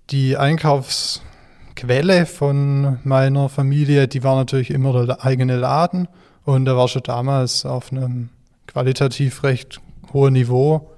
Die Einkaufsquelle von meiner Familie, die war natürlich immer der eigene Laden und der war schon damals auf einem qualitativ recht hohen Niveau.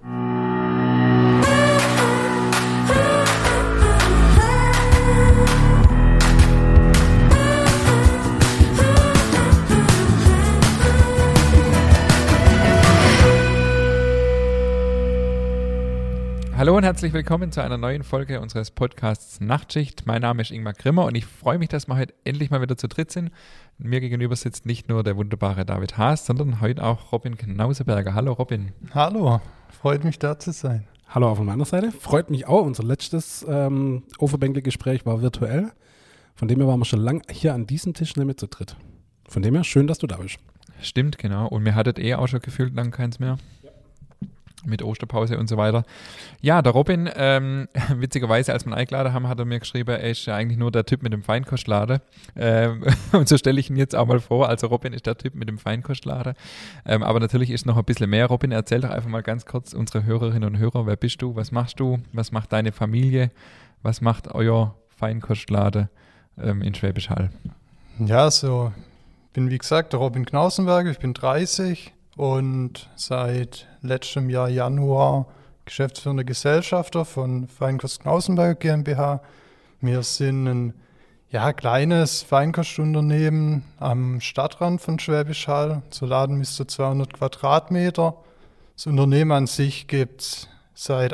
Hallo und herzlich willkommen zu einer neuen Folge unseres Podcasts Nachtschicht. Mein Name ist Ingmar Grimmer und ich freue mich, dass wir heute endlich mal wieder zu dritt sind. Mir gegenüber sitzt nicht nur der wunderbare David Haas, sondern heute auch Robin Knauseberger. Hallo Robin. Hallo, freut mich da zu sein. Hallo auch von meiner Seite. Freut mich auch. Unser letztes Overbänkle-Gespräch war virtuell. Von dem her waren wir schon lange hier an diesem Tisch nicht mehr zu dritt. Von dem her schön, dass du da bist. Stimmt, genau. Und wir hattet auch schon gefühlt lang keins mehr. Mit Osterpause und so weiter. Ja, der Robin, witzigerweise, als wir ihn eingeladen haben, hat er mir geschrieben, er ist ja eigentlich nur der Typ mit dem Feinkostladen. Und so stelle ich ihn jetzt auch mal vor. Also Robin ist der Typ mit dem Feinkostladen. Aber natürlich ist noch ein bisschen mehr. Robin, erzähl doch einfach mal ganz kurz unsere Hörerinnen und Hörer, wer bist du, was machst du, was macht deine Familie, was macht euer Feinkostladen in Schwäbisch Hall? Ja, so, ich bin wie gesagt der Robin Knausenberger, ich bin 30 und seit letztem Jahr Januar geschäftsführender Gesellschafter von Feinkost Knausenberger GmbH. Wir sind ein kleines Feinkostunternehmen am Stadtrand von Schwäbisch Hall. Unser Laden misst 200 Quadratmeter. Das Unternehmen an sich gibt es seit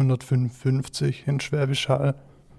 1855 in Schwäbisch Hall.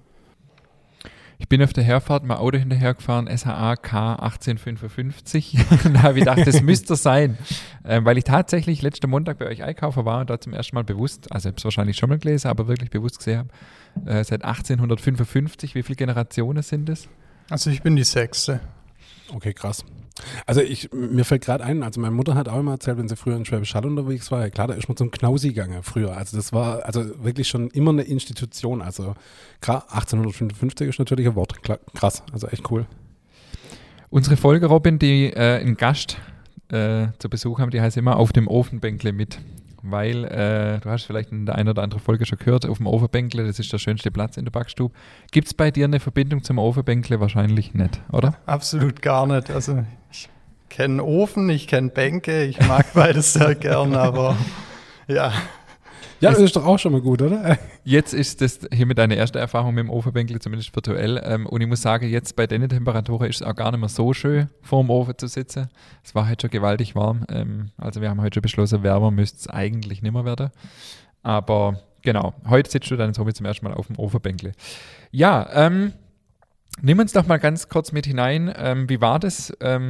Ich bin auf der Herfahrt mal Auto hinterhergefahren, SHA K 1855. Da habe ich gedacht, das müsste sein. Weil ich tatsächlich letzten Montag bei euch einkaufen war und da zum ersten Mal bewusst, also ich habe es wahrscheinlich schon mal gelesen, aber wirklich bewusst gesehen habe, seit 1855. Wie viele Generationen sind es? Also ich bin die 6. Okay, krass. Also mir fällt gerade ein, also meine Mutter hat auch immer erzählt, wenn sie früher in Schwäbisch Hall unterwegs war, ja klar, da ist man zum Knausi gegangen früher. Also das war also wirklich schon immer eine Institution. Also klar, 1855 ist natürlich ein Wort. Krass, also echt cool. Unsere Folge, Robin, die einen Gast zu Besuch haben, die heißt immer auf dem Ofenbänkle mit. Weil, du hast vielleicht in der einen oder anderen Folge schon gehört, auf dem Ofenbänkle, das ist der schönste Platz in der Backstube. Gibt es bei dir eine Verbindung zum Ofenbänkle? Wahrscheinlich nicht, oder? Absolut gar nicht. Also ich kenne Ofen, ich kenne Bänke, ich mag beides sehr gern, aber ja. Ja, das ist doch auch schon mal gut, oder? Jetzt ist das hiermit deine erste Erfahrung mit dem Ofenbänkle, zumindest virtuell. Und ich muss sagen, jetzt bei den Temperaturen ist es auch gar nicht mehr so schön, vor dem Ofen zu sitzen. Es war heute schon gewaltig warm. Also wir haben heute schon beschlossen, wärmer müsste es eigentlich nicht mehr werden. Aber genau, heute sitzt du dann somit zum ersten Mal auf dem Ofenbänkle. Ja, nimm uns doch mal ganz kurz mit hinein. Wie war das,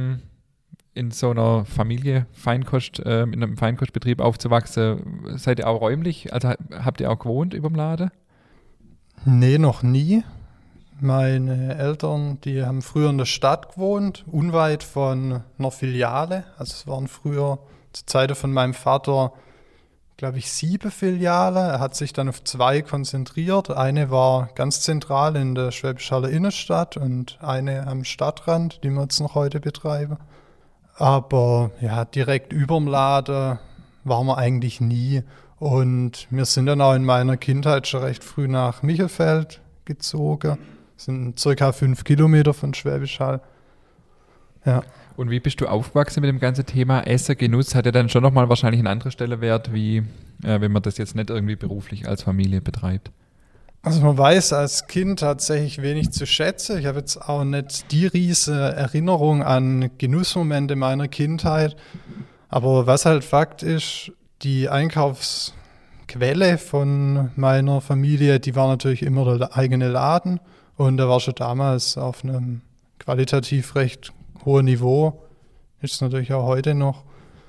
in so einer Familie in einem Feinkostbetrieb aufzuwachsen? Seid ihr auch räumlich? Also habt ihr auch gewohnt über dem Laden? Nee, noch nie. Meine Eltern, die haben früher in der Stadt gewohnt, unweit von einer Filiale. Also es waren früher zur Zeit von meinem Vater, glaube ich, 7 Filialen. Er hat sich dann auf 2 konzentriert. Eine war ganz zentral in der Schwäbisch Haller Innenstadt und eine am Stadtrand, die wir jetzt noch heute betreiben. Aber ja, direkt überm Laden waren wir eigentlich nie. Und wir sind dann auch in meiner Kindheit schon recht früh nach Michelfeld gezogen. Das sind circa 5 Kilometer von Schwäbisch Hall. Ja. Und wie bist du aufgewachsen mit dem ganzen Thema Essen, Genuss? Hat ja dann schon nochmal wahrscheinlich einen anderen Stellenwert, wie wenn man das jetzt nicht irgendwie beruflich als Familie betreibt? Also man weiß als Kind tatsächlich wenig zu schätzen. Ich habe jetzt auch nicht die riese Erinnerung an Genussmomente meiner Kindheit. Aber was halt Fakt ist, die Einkaufsquelle von meiner Familie, die war natürlich immer der eigene Laden. Und der war schon damals auf einem qualitativ recht hohen Niveau. Ist es natürlich auch heute noch.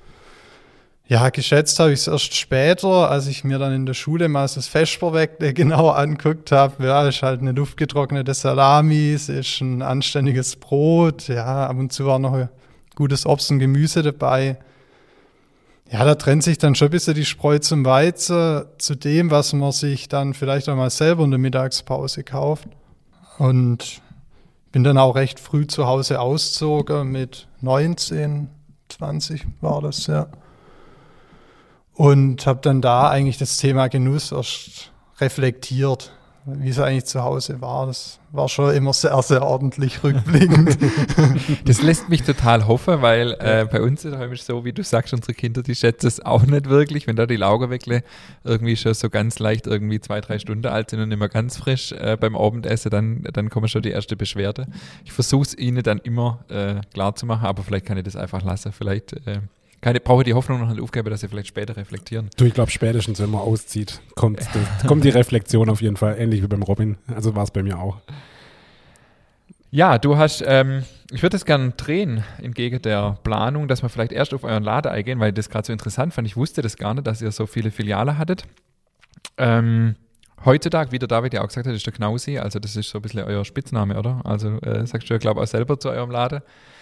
Ja, geschätzt habe ich es erst später, als ich mir dann in der Schule mal das Vesperweckle genau angeguckt habe. Ja, ist halt eine luftgetrocknete Salami, es ist ein anständiges Brot, ja, ab und zu war noch ein gutes Obst und Gemüse dabei. Ja, da trennt sich dann schon ein bisschen die Spreu zum Weizen zu dem, was man sich dann vielleicht auch mal selber in der Mittagspause kauft. Und bin dann auch recht früh zu Hause ausgezogen, mit 19, 20 war das, ja. Und habe dann da eigentlich das Thema Genuss erst reflektiert, wie es eigentlich zu Hause war. Das war schon immer sehr, sehr ordentlich rückblickend. Das lässt mich total hoffen, weil bei uns daheim ist so, wie du sagst, unsere Kinder, die schätzen es auch nicht wirklich, wenn da die Laugenweckle irgendwie schon so ganz leicht irgendwie 2-3 Stunden alt sind und nicht mehr ganz frisch beim Abendessen, dann kommen schon die erste Beschwerde. Ich versuche es ihnen dann immer klar zu machen, aber vielleicht kann ich das einfach lassen. Vielleicht brauche die Hoffnung noch nicht aufgeben, dass sie vielleicht später reflektieren. Du, ich glaube, spätestens, wenn man auszieht, kommt die Reflexion auf jeden Fall, ähnlich wie beim Robin. Also war es bei mir auch. Ja, du hast, ich würde das gerne drehen, entgegen der Planung, dass wir vielleicht erst auf euren Laden eingehen, weil ich das gerade so interessant fand. Ich wusste das gar nicht, dass ihr so viele Filiale hattet. Heutzutage, wie der David ja auch gesagt hat, ist der Knausi, also das ist so ein bisschen euer Spitzname, oder? Also sagst du ja, glaube ich, auch selber zu eurem Laden.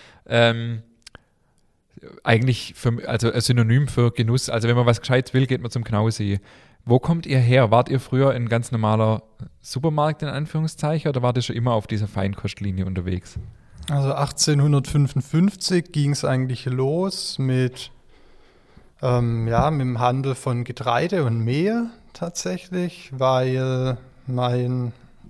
Eigentlich also ein Synonym für Genuss. Also wenn man was Gescheites will, geht man zum Knausi. Wo kommt ihr her? Wart ihr früher ein ganz normaler Supermarkt in Anführungszeichen oder wart ihr schon immer auf dieser Feinkostlinie unterwegs? Also 1855 ging es eigentlich los mit dem Handel von Getreide und Mehl tatsächlich, weil mein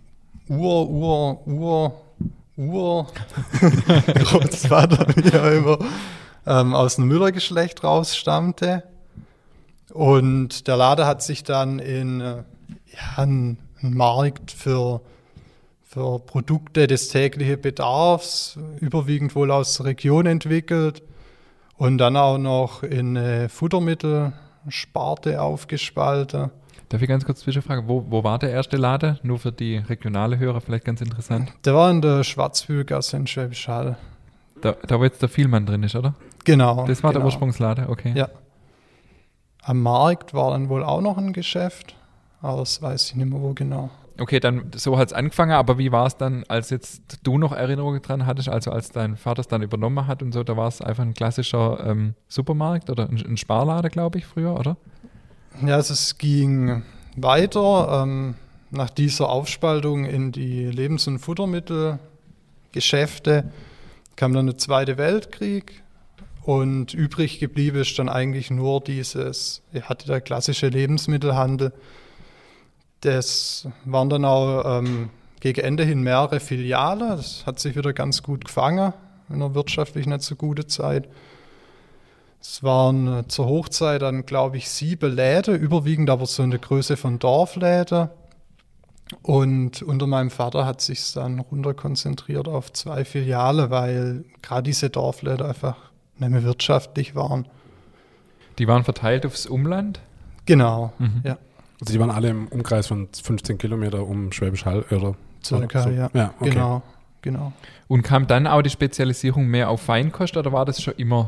Großvater, wie auch immer, aus einem Müllergeschlecht rausstammte. Und der Laden hat sich dann in einen Markt für Produkte des täglichen Bedarfs, überwiegend wohl aus der Region entwickelt und dann auch noch in eine Futtermittelsparte aufgespalten. Darf ich ganz kurz zwischenfragen, wo war der erste Laden? Nur für die regionale Hörer vielleicht ganz interessant. Der war in der Schwarzwühlgasse in Schwäbisch Hall. Da wo jetzt der Vielmann drin ist, oder? Genau. Das war genau. Der Ursprungsladen, okay. Ja. Am Markt war dann wohl auch noch ein Geschäft, aber das weiß ich nicht mehr wo genau. Okay, dann so hat es angefangen, aber wie war es dann, als jetzt du noch Erinnerungen dran hattest, also als dein Vater es dann übernommen hat und so, da war es einfach ein klassischer Supermarkt oder ein Sparladen, glaube ich, früher, oder? Ja, also es ging weiter. Nach dieser Aufspaltung in die Lebens- und Futtermittelgeschäfte kam dann der Zweite Weltkrieg und übrig geblieben ist dann eigentlich nur der klassische Lebensmittelhandel. Das waren dann auch gegen Ende hin mehrere Filialen. Das hat sich wieder ganz gut gefangen in einer wirtschaftlich nicht so guten Zeit. Es waren zur Hochzeit dann, glaube ich, 7 Läden, überwiegend aber so in der Größe von Dorfläden. Und unter meinem Vater hat sich es dann runter konzentriert auf 2 Filialen, weil gerade diese Dorfläden einfach nicht mehr wirtschaftlich waren. Die waren verteilt aufs Umland? Genau, ja. Also die waren alle im Umkreis von 15 Kilometer um Schwäbisch Hall, oder? Circa, so. Ja, okay. Genau. Und kam dann auch die Spezialisierung mehr auf Feinkost oder war das schon immer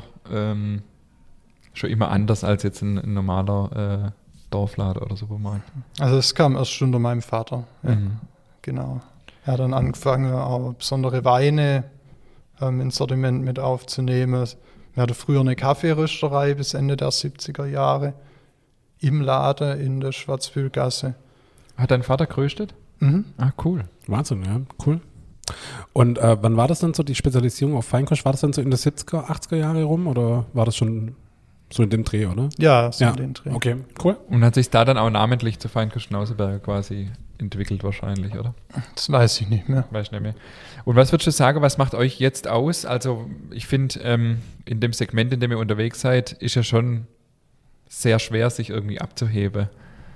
anders als jetzt ein normaler Dorfladen oder Supermarkt? Also es kam erst unter meinem Vater, ja. Genau. Er hat dann angefangen, auch besondere Weine ins Sortiment mit aufzunehmen. Wir hatten früher eine Kaffeerösterei bis Ende der 70er Jahre im Laden in der Schwarzwühlgasse. Hat dein Vater geröstet? Ah, cool. Wahnsinn, ja, cool. Und wann war das dann so, die Spezialisierung auf Feinkost? War das dann so in der 70er, 80er Jahre rum oder war das schon so in dem Dreh, oder? Ja, so in dem Dreh. Okay, cool. Und hat sich da dann auch namentlich zu Feinkost Schnauzeberger quasi entwickelt wahrscheinlich, oder? Das weiß ich nicht mehr. Weiß nicht mehr. Und was würdest du sagen, was macht euch jetzt aus? Also ich finde, in dem Segment, in dem ihr unterwegs seid, ist ja schon sehr schwer, sich irgendwie abzuheben.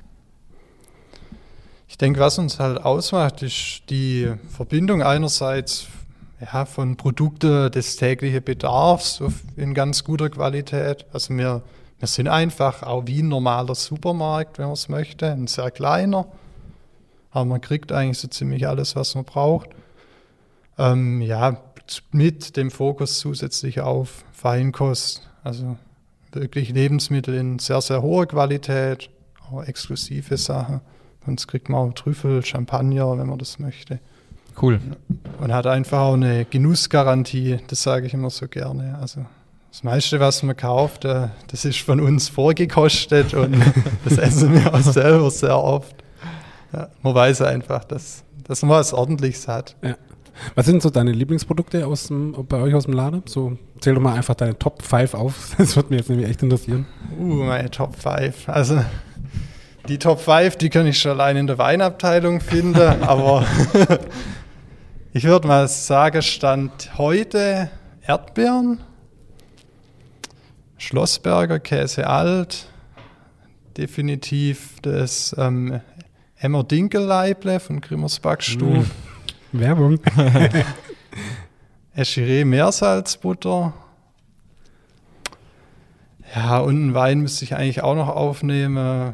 Ich denke, was uns halt ausmacht, ist die Verbindung einerseits von Produkten des täglichen Bedarfs in ganz guter Qualität. Also wir sind einfach auch wie ein normaler Supermarkt, wenn man es möchte, ein sehr kleiner. Aber man kriegt eigentlich so ziemlich alles, was man braucht. Mit dem Fokus zusätzlich auf Feinkost. Also wirklich Lebensmittel in sehr, sehr hoher Qualität, auch exklusive Sachen. Sonst kriegt man auch Trüffel, Champagner, wenn man das möchte. Cool. Und hat einfach auch eine Genussgarantie, das sage ich immer so gerne. Also das meiste, was man kauft, das ist von uns vorgekostet und das essen wir auch selber sehr oft. Ja, man weiß einfach, dass man was Ordentliches hat. Ja. Was sind so deine Lieblingsprodukte bei euch aus dem Laden? So, zähl doch mal einfach deine Top 5 auf. Das würde mich jetzt nämlich echt interessieren. Meine Top 5. Also Die Top 5, die kann ich schon allein in der Weinabteilung finden, aber ich würde mal sagen, Stand heute Erdbeeren, Schlossberger Käse alt, definitiv das Emmer Dinkelleible von Grimmers Backstube. Werbung. Eschiré Meersalzbutter. Ja, und einen Wein müsste ich eigentlich auch noch aufnehmen.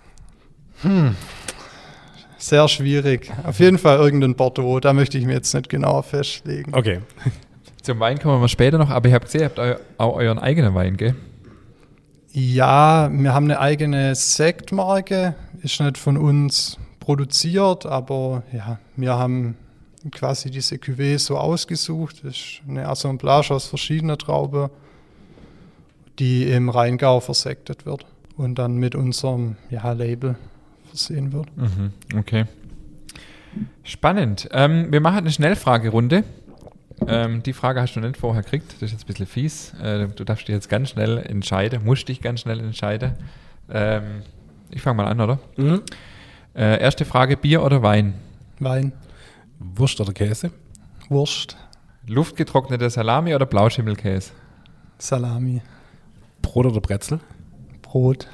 Sehr schwierig. Auf jeden Fall irgendein Bordeaux, da möchte ich mir jetzt nicht genauer festlegen. Okay. Zum Wein kommen wir später noch, aber ich habe gesehen, ihr habt auch euren eigenen Wein, gell? Ja, wir haben eine eigene Sektmarke, ist nicht von uns produziert, aber ja, wir haben quasi diese Cuvée so ausgesucht. Das ist eine Assemblage aus verschiedenen Trauben, die im Rheingau versektet wird und dann mit unserem Label versehen wird. Okay. Spannend. Wir machen eine Schnellfragerunde. Die Frage hast du nicht vorher gekriegt. Das ist jetzt ein bisschen fies. Du darfst dich jetzt ganz schnell entscheiden. Musst dich ganz schnell entscheiden. Ich fange mal an, oder? Mhm. Erste Frage, Bier oder Wein? Wein, Wurst oder Käse? Wurst, Luftgetrocknete Salami oder Blauschimmelkäse? Salami, Brot oder Brezel? Brot.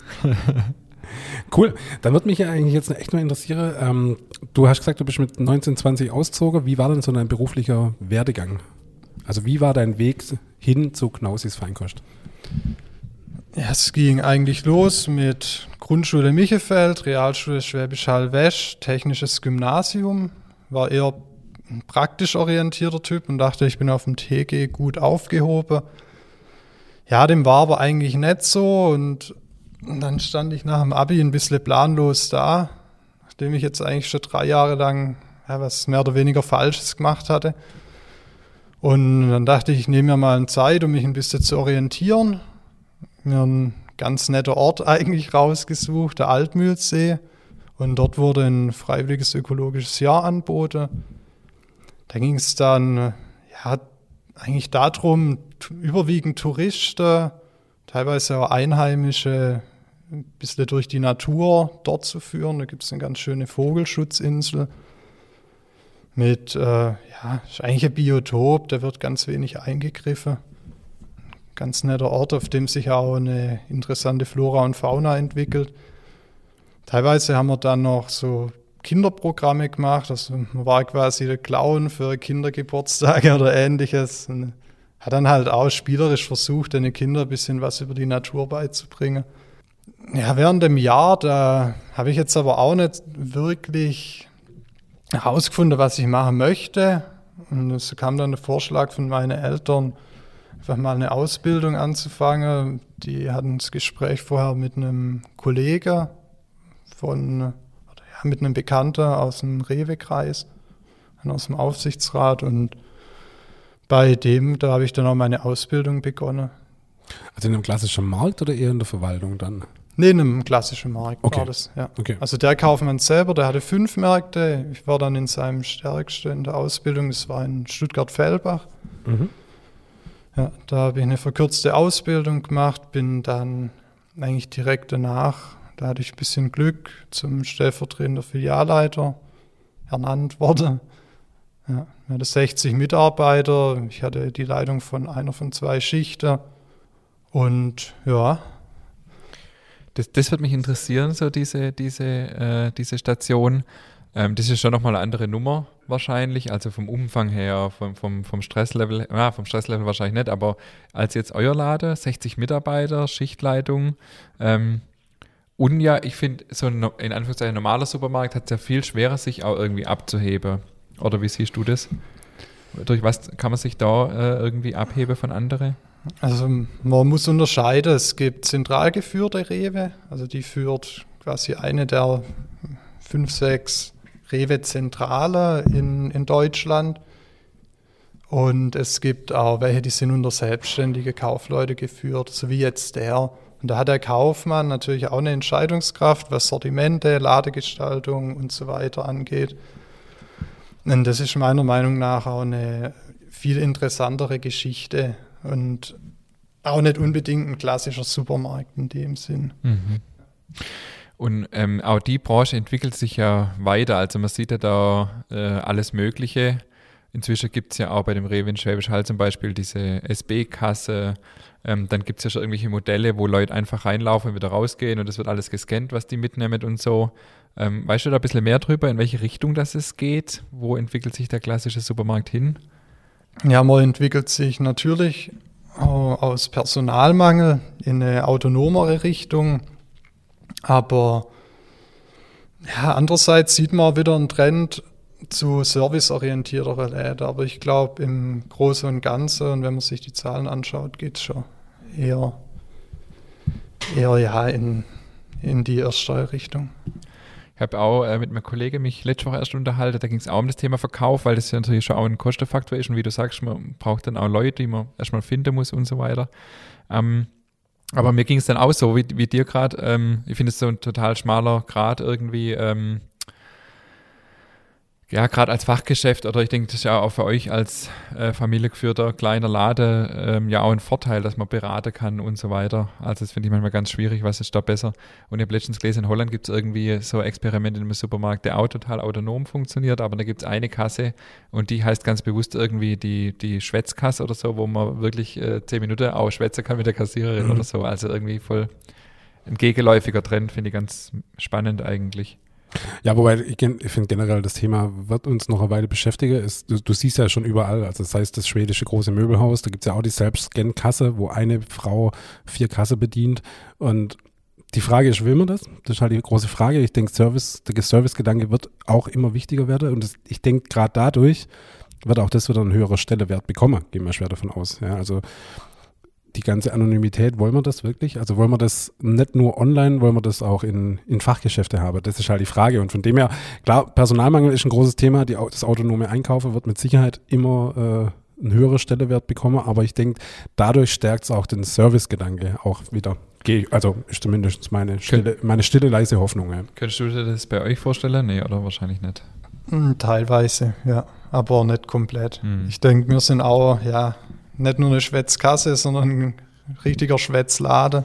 Cool. Dann würde mich ja eigentlich jetzt echt nur interessieren, du hast gesagt, du bist mit 19, 20 ausgezogen. Wie war denn so dein beruflicher Werdegang? Also wie war dein Weg hin zu Knausis Feinkost? Ja, es ging eigentlich los mit Grundschule Michefeld, Realschule Schwäbisch Hall-Wesch, technisches Gymnasium. War eher ein praktisch orientierter Typ und dachte, ich bin auf dem TG gut aufgehoben. Ja, dem war aber eigentlich nicht so und dann stand ich nach dem Abi ein bisschen planlos da, nachdem ich jetzt eigentlich schon 3 Jahre lang was mehr oder weniger Falsches gemacht hatte. Und dann dachte ich nehme mir mal Zeit, um mich ein bisschen zu orientieren. Mir ein ganz netter Ort eigentlich rausgesucht, der Altmühlsee. Und dort wurde ein freiwilliges ökologisches Jahr angeboten. Da ging es dann eigentlich darum, überwiegend Touristen, teilweise auch Einheimische, ein bisschen durch die Natur dort zu führen. Da gibt es eine ganz schöne Vogelschutzinsel mit, ist eigentlich ein Biotop, da wird ganz wenig eingegriffen. Ganz netter Ort, auf dem sich auch eine interessante Flora und Fauna entwickelt. Teilweise haben wir dann noch so Kinderprogramme gemacht, also man war quasi der Clown für Kindergeburtstage oder Ähnliches und hat dann halt auch spielerisch versucht, den Kindern ein bisschen was über die Natur beizubringen. Ja, während dem Jahr, da habe ich jetzt aber auch nicht wirklich herausgefunden, was ich machen möchte. Und es kam dann der Vorschlag von meinen Eltern, einfach mal eine Ausbildung anzufangen. Die hatten das Gespräch vorher mit einem Kollegen mit einem Bekannten aus dem Rewe-Kreis und aus dem Aufsichtsrat und da habe ich dann auch meine Ausbildung begonnen. Also in einem klassischen Markt oder eher in der Verwaltung dann? Nee, in einem klassischen Markt Okay. war das, ja. Okay. Also der Kaufmann selber, der hatte 5 Märkte. Ich war dann in seinem stärksten in der Ausbildung, das war in Stuttgart-Fellbach. Mhm. Ja, da habe ich eine verkürzte Ausbildung gemacht, bin dann eigentlich direkt danach, da hatte ich ein bisschen Glück, zum stellvertretender Filialleiter ernannt worden. Ja, wir hatten 60 Mitarbeiter, ich hatte die Leitung von einer von 2 Schichten und ja. Das wird mich interessieren, so diese Station. Das ist schon nochmal eine andere Nummer wahrscheinlich, also vom Umfang her, vom Stresslevel, vom Stresslevel wahrscheinlich nicht, aber als jetzt euer Laden, 60 Mitarbeiter, Schichtleitung, und ja, ich finde, so ein in Anführungszeichen normaler Supermarkt hat es ja viel schwerer, sich auch irgendwie abzuheben. Oder wie siehst du das? Durch was kann man sich da irgendwie abheben von anderen? Also man muss unterscheiden, es gibt zentral geführte Rewe, also die führt quasi eine der 5, 6 Rewe-Zentrale in Deutschland. Und es gibt auch welche, die sind unter selbstständige Kaufleute geführt, so wie jetzt der. Und da hat der Kaufmann natürlich auch eine Entscheidungskraft, was Sortimente, Ladegestaltung und so weiter angeht. Und das ist meiner Meinung nach auch eine viel interessantere Geschichte und auch nicht unbedingt ein klassischer Supermarkt in dem Sinn. Mhm. Und auch die Branche entwickelt sich ja weiter. Also man sieht ja da alles Mögliche. Inzwischen gibt es ja auch bei dem Rewe in Schwäbisch Hall zum Beispiel diese SB-Kasse. Dann gibt es ja schon irgendwelche Modelle, wo Leute einfach reinlaufen und wieder rausgehen und es wird alles gescannt, was die mitnehmen und so. Weißt du da ein bisschen mehr drüber, in welche Richtung das es geht? Wo entwickelt sich der klassische Supermarkt hin? Ja, man entwickelt sich natürlich aus Personalmangel in eine autonomere Richtung. Aber ja, andererseits sieht man wieder einen Trend zu serviceorientierteren Läden. Aber ich glaube, im Großen und Ganzen, und wenn man sich die Zahlen anschaut, geht es schon eher ja, in die erste Richtung. Ich habe auch mit einem Kollegen mich letzte Woche erst unterhalten, da ging es auch um das Thema Verkauf, weil das ja natürlich schon auch ein Kostenfaktor ist und wie du sagst, man braucht dann auch Leute, die man erstmal finden muss und so weiter. Aber mir ging es dann auch so, wie dir gerade, ich finde es so ein total schmaler Grad irgendwie, ja, gerade als Fachgeschäft oder ich denke, das ist ja auch für euch als familiengeführter kleiner Laden ja auch ein Vorteil, dass man beraten kann und so weiter. Also das finde ich manchmal ganz schwierig, was ist da besser. Und ich habe letztens gelesen, in Holland gibt es irgendwie so Experimente in einem Supermarkt, der auch total autonom funktioniert, aber da gibt es eine Kasse und die heißt ganz bewusst irgendwie die Schwätzkasse oder so, wo man wirklich 10 Minuten auch schwätzen kann mit der Kassiererin oder so. Also irgendwie voll ein gegenläufiger Trend, finde ich ganz spannend eigentlich. Ja, wobei ich finde generell, das Thema wird uns noch eine Weile beschäftigen. Du siehst ja schon überall, also das heißt das schwedische große Möbelhaus, da gibt es ja auch die Selbstscan-Kasse, wo eine Frau 4 Kasse bedient und die Frage ist, will man das? Das ist halt die große Frage. Ich denke, der Servicegedanke wird auch immer wichtiger werden und ich denke, gerade dadurch wird auch das wieder einen höheren Stellenwert bekommen, gehen wir schwer davon aus. Ja, also die ganze Anonymität, wollen wir das wirklich? Also wollen wir das nicht nur online, wollen wir das auch in Fachgeschäfte haben? Das ist halt die Frage. Und von dem her, klar, Personalmangel ist ein großes Thema. Das autonome Einkaufen wird mit Sicherheit immer einen höheren Stellenwert bekommen. Aber ich denke, dadurch stärkt es auch den Servicegedanke auch wieder. Also ist zumindest meine stille, leise Hoffnung. Ja. Könntest du dir das bei euch vorstellen? Nee, oder wahrscheinlich nicht? Teilweise, ja. Aber nicht komplett. Ich denke, wir sind auch, ja, nicht nur eine Schwätzkasse, sondern ein richtiger Schwätzladen.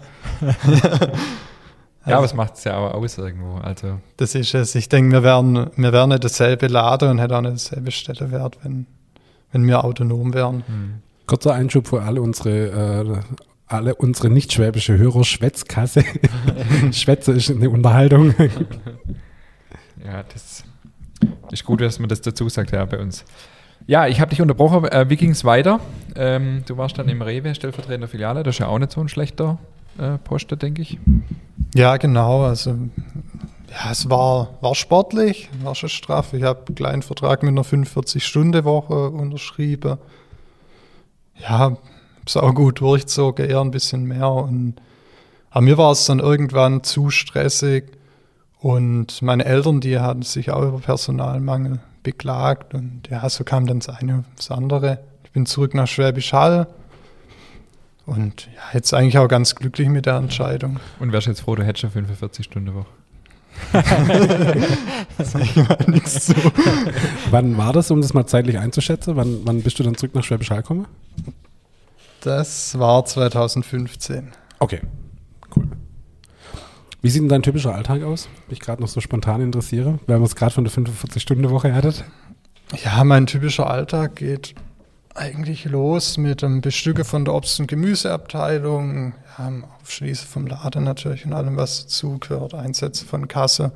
Ja, aber es macht es ja auch aus irgendwo. Also. Das ist es. Ich denke, wir wären nicht dasselbe Laden und hätten auch nicht dasselbe Stellenwert, wenn wir autonom wären. Kurzer Einschub für alle unsere nicht-schwäbische Hörer. Schwätzkasse. Schwätze ist eine Unterhaltung. Ja, das ist gut, dass man das dazu sagt, ja, bei uns. Ja, ich habe dich unterbrochen. Wie ging es weiter? Du warst dann im Rewe, stellvertretender Filiale. Das ist ja auch nicht so ein schlechter Posten, denke ich. Ja, genau. Also, ja, es war sportlich, war schon straff. Ich habe einen kleinen Vertrag mit einer 45-Stunden-Woche unterschrieben. Ja, habe es auch gut durchgezogen, eher ein bisschen mehr. Aber mir war es dann irgendwann zu stressig. Und meine Eltern, die hatten sich auch über Personalmangel beklagt und ja, so kam dann das eine und das andere. Ich bin zurück nach Schwäbisch Hall und ja, jetzt eigentlich auch ganz glücklich mit der Entscheidung. Und wärst jetzt froh, du hättest eine 45-Stunden-Woche? Das sage ich mal nichts zu. Wann war das, um das mal zeitlich einzuschätzen? Wann bist du dann zurück nach Schwäbisch Hall gekommen? Das war 2015. Okay, cool. Wie sieht denn dein typischer Alltag aus? Mich gerade noch so spontan interessiere, weil wir es gerade von der 45-Stunden-Woche hattet. Ja, mein typischer Alltag geht eigentlich los mit dem Bestücken von der Obst- und Gemüseabteilung, ja, Aufschließen vom Laden natürlich und allem, was dazu gehört, Einsätze von Kasse.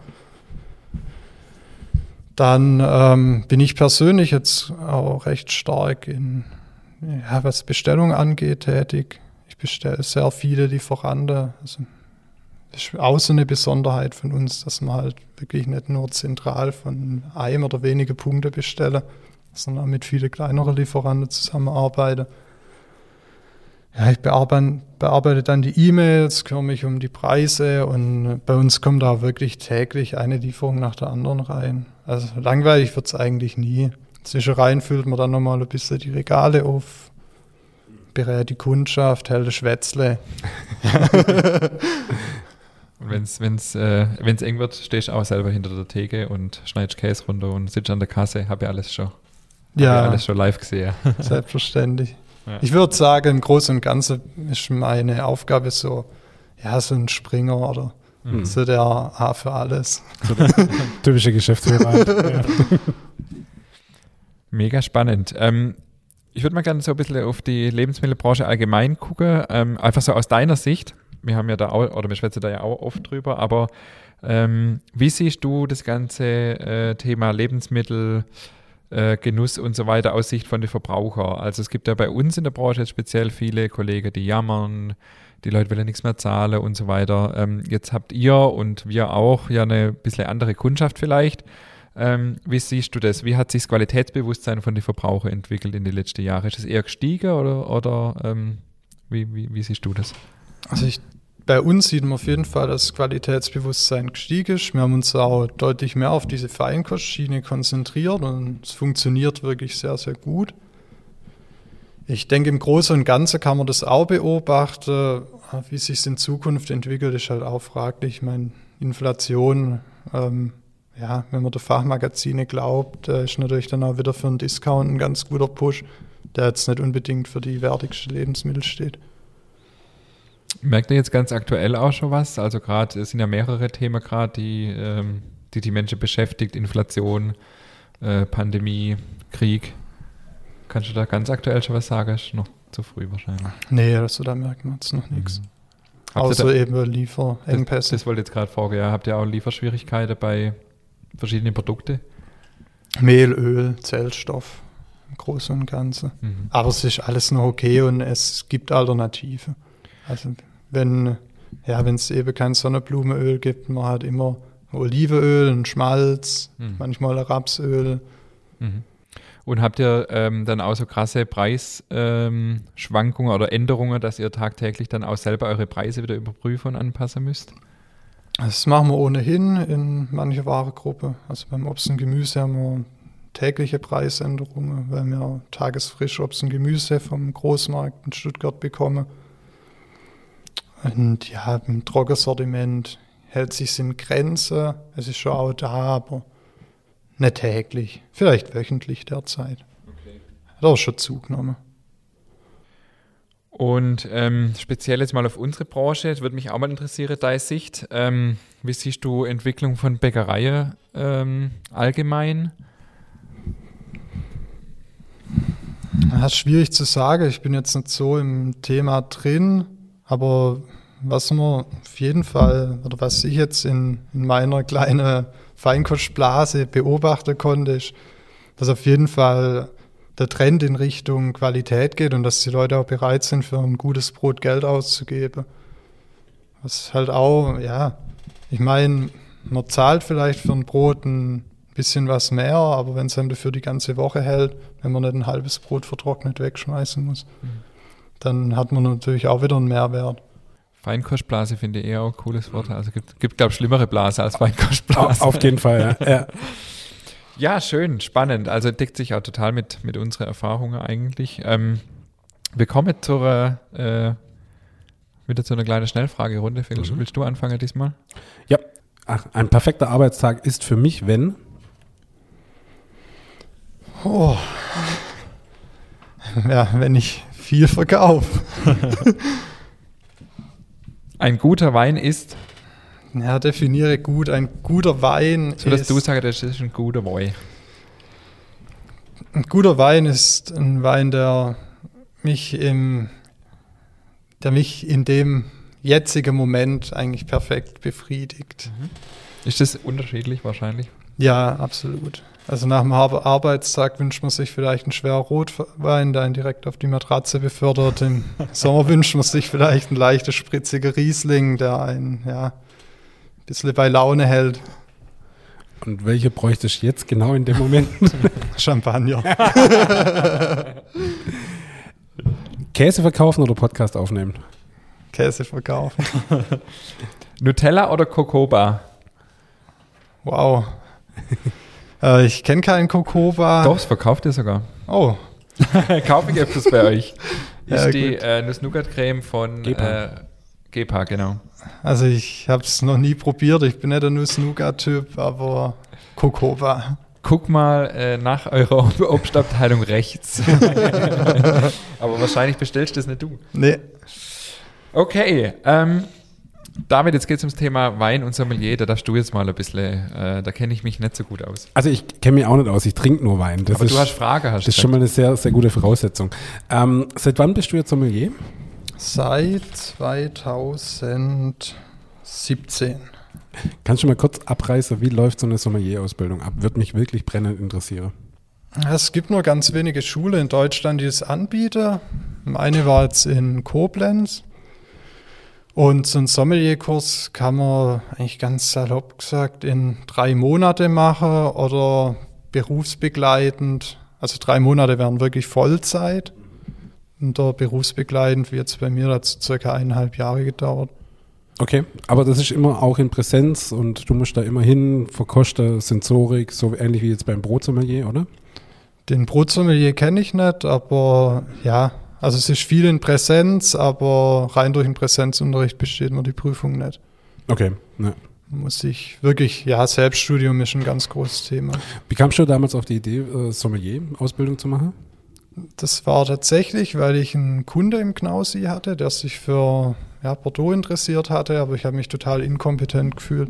Dann bin ich persönlich jetzt auch recht stark was Bestellung angeht, tätig. Ich bestelle sehr viele Lieferanten. Also, das ist auch so eine Besonderheit von uns, dass wir halt wirklich nicht nur zentral von einem oder wenige Punkte bestellen, sondern auch mit vielen kleineren Lieferanten zusammenarbeiten. Ja, ich bearbeite dann die E-Mails, kümmere mich um die Preise und bei uns kommt da wirklich täglich eine Lieferung nach der anderen rein. Also langweilig wird es eigentlich nie. Zwischenrein füllt man dann nochmal ein bisschen die Regale auf, berät die Kundschaft, hält ein Schwätzle. Und wenn es eng wird, stehst du auch selber hinter der Theke und schneidest Käse runter und sitzt an der Kasse. Habe ich alles schon live gesehen. Selbstverständlich. Ja. Ich würde sagen, im Großen und Ganzen ist meine Aufgabe so ein Springer oder So der A für alles. So der typische Geschäftsführer. Halt. Ja. Mega spannend. Ich würde mal gerne so ein bisschen auf die Lebensmittelbranche allgemein gucken. Einfach so aus deiner Sicht. Wir haben ja da auch, oder wir schwätzen da ja auch oft drüber, aber wie siehst du das ganze Thema Lebensmittel, Genuss und so weiter aus Sicht von den Verbrauchern? Also es gibt ja bei uns in der Branche jetzt speziell viele Kollegen, die jammern, die Leute wollen nichts mehr zahlen und so weiter. Jetzt habt ihr und wir auch ja eine bisschen andere Kundschaft vielleicht. Wie siehst du das? Wie hat sich das Qualitätsbewusstsein von den Verbrauchern entwickelt in den letzten Jahren? Ist es eher gestiegen oder wie siehst du das? Also bei uns sieht man auf jeden Fall, dass das Qualitätsbewusstsein gestiegen ist. Wir haben uns auch deutlich mehr auf diese Feinkostschiene konzentriert und es funktioniert wirklich sehr, sehr gut. Ich denke, im Großen und Ganzen kann man das auch beobachten. Wie sich es in Zukunft entwickelt, ist halt auch fraglich. Ich meine, Inflation, wenn man der Fachmagazine glaubt, ist natürlich dann auch wieder für einen Discount ein ganz guter Push, der jetzt nicht unbedingt für die wertigsten Lebensmittel steht. Merkt ihr jetzt ganz aktuell auch schon was? Also gerade, es sind ja mehrere Themen gerade, die Menschen beschäftigt. Inflation, Pandemie, Krieg. Kannst du da ganz aktuell schon was sagen? Ist noch zu früh wahrscheinlich. Nee, also da merkt man jetzt noch nichts. Außer eben Lieferengpässe. Das wollte ich jetzt gerade fragen. Ja, habt ihr auch Lieferschwierigkeiten bei verschiedenen Produkten? Mehl, Öl, Zellstoff, im Großen und Ganzen. Aber es ist alles noch okay und es gibt Alternativen. Also wenn es eben kein Sonnenblumenöl gibt, man hat immer Olivenöl, ein Schmalz, manchmal Rapsöl. Und habt ihr dann auch so krasse Preisschwankungen oder Änderungen, dass ihr tagtäglich dann auch selber eure Preise wieder überprüfen und anpassen müsst? Das machen wir ohnehin in mancher Warengruppe. Also beim Obst und Gemüse haben wir tägliche Preisänderungen, weil wir tagesfrisch Obst und Gemüse vom Großmarkt in Stuttgart bekommen. Und ja, im Trockensortiment hält sich in Grenzen. Es ist schon auch da, aber nicht täglich. Vielleicht wöchentlich derzeit. Okay. Hat auch schon zugenommen. Und speziell jetzt mal auf unsere Branche, das würde mich auch mal interessieren, deine Sicht. Wie siehst du Entwicklung von Bäckereien allgemein? Das ist schwierig zu sagen. Ich bin jetzt nicht so im Thema drin. Aber was man auf jeden Fall, oder was ich jetzt in meiner kleinen Feinkostblase beobachten konnte, ist, dass auf jeden Fall der Trend in Richtung Qualität geht und dass die Leute auch bereit sind, für ein gutes Brot Geld auszugeben. Was halt auch, ich meine, man zahlt vielleicht für ein Brot ein bisschen was mehr, aber wenn es einem dafür die ganze Woche hält, wenn man nicht ein halbes Brot vertrocknet wegschmeißen muss, dann hat man natürlich auch wieder einen Mehrwert. Feinkostblase finde ich eher auch ein cooles Wort. Also gibt glaube ich, schlimmere Blase als Feinkostblase. Auf jeden Fall, ja. Ja, schön, spannend. Also deckt sich auch total mit unseren Erfahrungen eigentlich. Wir kommen wieder zu einer kleinen Schnellfragerunde. Willst du anfangen diesmal? Ja, ein perfekter Arbeitstag ist für mich, wenn? Wenn ich viel verkaufe. Ein guter Wein ist? Ja, definiere gut. Ein guter Wein ist... So, dass du sagst, das ist ein guter Wein. Ein guter Wein ist ein Wein, der mich in dem jetzigen Moment eigentlich perfekt befriedigt. Ist das unterschiedlich wahrscheinlich? Ja, absolut. Also nach dem Arbeitstag wünscht man sich vielleicht einen schweren Rotwein, der einen direkt auf die Matratze befördert. Im Sommer wünscht man sich vielleicht einen leichten, spritzigen Riesling, der einen ein bisschen bei Laune hält. Und welche bräuchtest du jetzt genau in dem Moment? Champagner. Käse verkaufen oder Podcast aufnehmen? Käse verkaufen. Nutella oder Cocoba? Wow. Ich kenne keinen Cocoba. Doch, es verkauft ihr sogar. Oh. Kaufe ich öfters bei euch. Ja, ist die Nuss-Nougat-Creme von Gepa, genau. Also ich habe es noch nie probiert. Ich bin nicht der Nuss-Nougat-Typ, aber Cocoba. Guck mal nach eurer Obstabteilung rechts. Aber wahrscheinlich bestellst du das nicht du. Nee. Okay. David, jetzt geht es ums Thema Wein und Sommelier. Da darfst du jetzt mal ein bisschen, da kenne ich mich nicht so gut aus. Also ich kenne mich auch nicht aus, ich trinke nur Wein. Aber du hast Frage, Das ist schon mal eine sehr, sehr gute Voraussetzung. Seit wann bist du jetzt Sommelier? Seit 2017. Kannst du mal kurz abreißen, wie läuft so eine Sommelier-Ausbildung ab? Würde mich wirklich brennend interessieren. Es gibt nur ganz wenige Schulen in Deutschland, die es anbieten. Eine war jetzt in Koblenz. Und so einen Sommelierkurs kann man eigentlich ganz salopp gesagt in 3 Monate machen oder berufsbegleitend. Also 3 Monate wären wirklich Vollzeit. Und da berufsbegleitend, wie jetzt bei mir, hat es circa 1,5 Jahre gedauert. Okay, aber das ist immer auch in Präsenz und du musst da immer hin, verkosten, Sensorik, so ähnlich wie jetzt beim Brotsommelier, oder? Den Brotsommelier kenne ich nicht, aber ja, also es ist viel in Präsenz, aber rein durch den Präsenzunterricht besteht nur die Prüfung nicht. Okay, ja. Muss ich wirklich, ja, Selbststudium ist ein ganz großes Thema. Wie kamst du damals auf die Idee, Sommelier-Ausbildung zu machen? Das war tatsächlich, weil ich einen Kunde im Knausi hatte, der sich für Bordeaux interessiert hatte, aber ich habe mich total inkompetent gefühlt.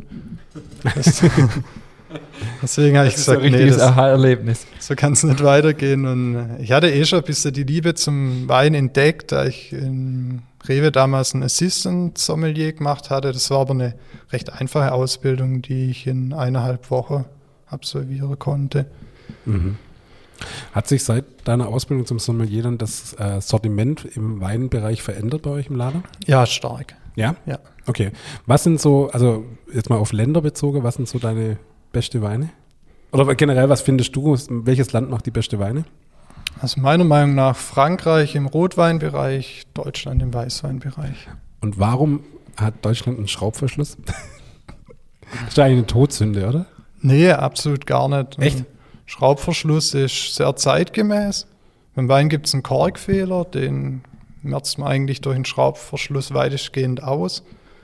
Deswegen habe ich gesagt, ein richtiges Aha-Erlebnis. So kann es nicht weitergehen. Und ich hatte schon ein bisschen die Liebe zum Wein entdeckt, da ich in Rewe damals ein Assistant Sommelier gemacht hatte. Das war aber eine recht einfache Ausbildung, die ich in 1,5 Wochen absolvieren konnte. Mhm. Hat sich seit deiner Ausbildung zum Sommelier dann das Sortiment im Weinbereich verändert bei euch im Laden? Ja, stark. Ja? Ja. Okay. Was sind so, also jetzt mal auf Länder bezogen, was sind so deine beste Weine? Oder generell, was findest du, welches Land macht die beste Weine? Also meiner Meinung nach Frankreich im Rotweinbereich, Deutschland im Weißweinbereich. Und warum hat Deutschland einen Schraubverschluss? Das ist eigentlich eine Todsünde, oder? Nee, absolut gar nicht. Echt? Ein Schraubverschluss ist sehr zeitgemäß. Beim Wein gibt es einen Korkfehler, den merzt man eigentlich durch einen Schraubverschluss weitestgehend aus.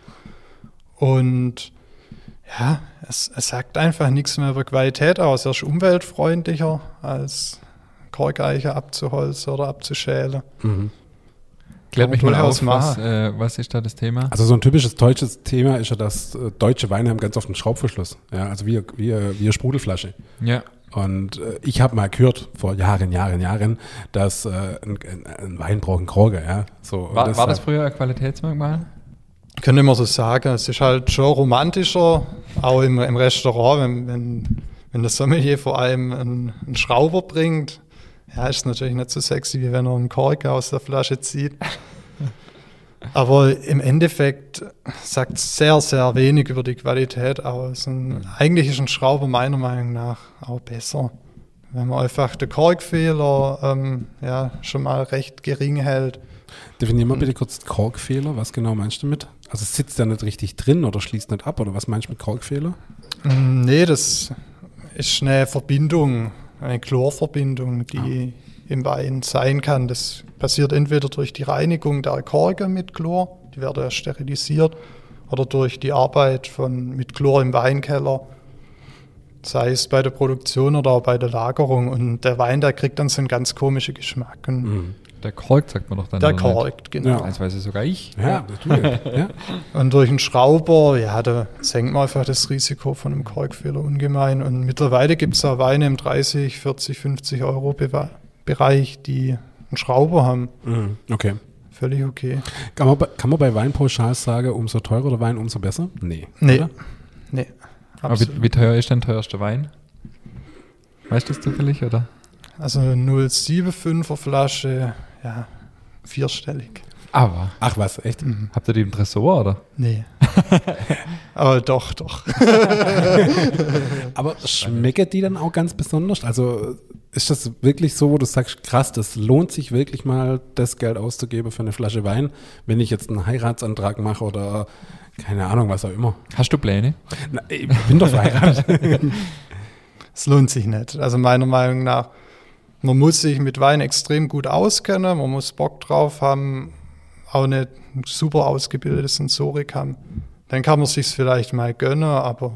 Und ja, es sagt einfach nichts mehr über Qualität aus. Er ist umweltfreundlicher als Korkeiche abzuholzen oder abzuschälen. Mhm. Klärt mich mal auf, machen. was ist da das Thema? Also so ein typisches deutsches Thema ist ja, dass deutsche Weine haben ganz oft einen Schraubverschluss. Ja, also wie eine Sprudelflasche. Ja. Und ich habe mal gehört, vor Jahren, dass ein Wein braucht einen Korken. Ja? So, War das früher ein Qualitätsmerkmal? Könnte man so sagen. Es ist halt schon romantischer, auch im Restaurant, wenn der Sommelier vor allem einen Schrauber bringt. Ja, ist natürlich nicht so sexy, wie wenn er einen Korken aus der Flasche zieht. Aber im Endeffekt sagt es sehr, sehr wenig über die Qualität aus. Und eigentlich ist ein Schrauber meiner Meinung nach auch besser. Wenn man einfach den Korkfehler schon mal recht gering hält. Definier mal bitte kurz Korkfehler. Was genau meinst du damit? Also sitzt der nicht richtig drin oder schließt nicht ab? Oder was meinst du mit Korkfehler? Nee, das ist eine Verbindung, eine Chlorverbindung, die im Wein sein kann. Das passiert entweder durch die Reinigung der Korken mit Chlor, die werden ja sterilisiert, oder durch die Arbeit mit Chlor im Weinkeller, sei es bei der Produktion oder auch bei der Lagerung. Und der Wein, der kriegt dann so einen ganz komischen Geschmack. Und der korkt, sagt man doch dann. Der korkt, genau. Ja. Das weiß ich sogar ich. Ja, natürlich. Ja. Und durch einen Schrauber, da senkt man einfach das Risiko von einem Korkfehler ungemein. Und mittlerweile gibt es auch Weine im 30, 40, 50 Euro Bereich, die einen Schrauber haben. Okay. Völlig okay. Kann man bei Weinpauschal sagen, umso teurer der Wein, umso besser? Nee. Nee. Aber wie teuer ist dein teuerster Wein? Weißt du das zufällig, oder? Also 0,75er Flasche, vierstellig. Aber. Ach was, echt? Habt ihr die im Tresor, oder? Nee. Aber doch. Aber schmecken die dann auch ganz besonders? Also ist das wirklich so, wo du sagst, krass, das lohnt sich wirklich mal, das Geld auszugeben für eine Flasche Wein, wenn ich jetzt einen Heiratsantrag mache oder keine Ahnung, was auch immer. Hast du Pläne? Na, ich bin doch verheiratet. Es lohnt sich nicht. Also meiner Meinung nach, man muss sich mit Wein extrem gut auskennen, man muss Bock drauf haben, auch eine super ausgebildete Sensorik haben. Dann kann man es sich vielleicht mal gönnen, aber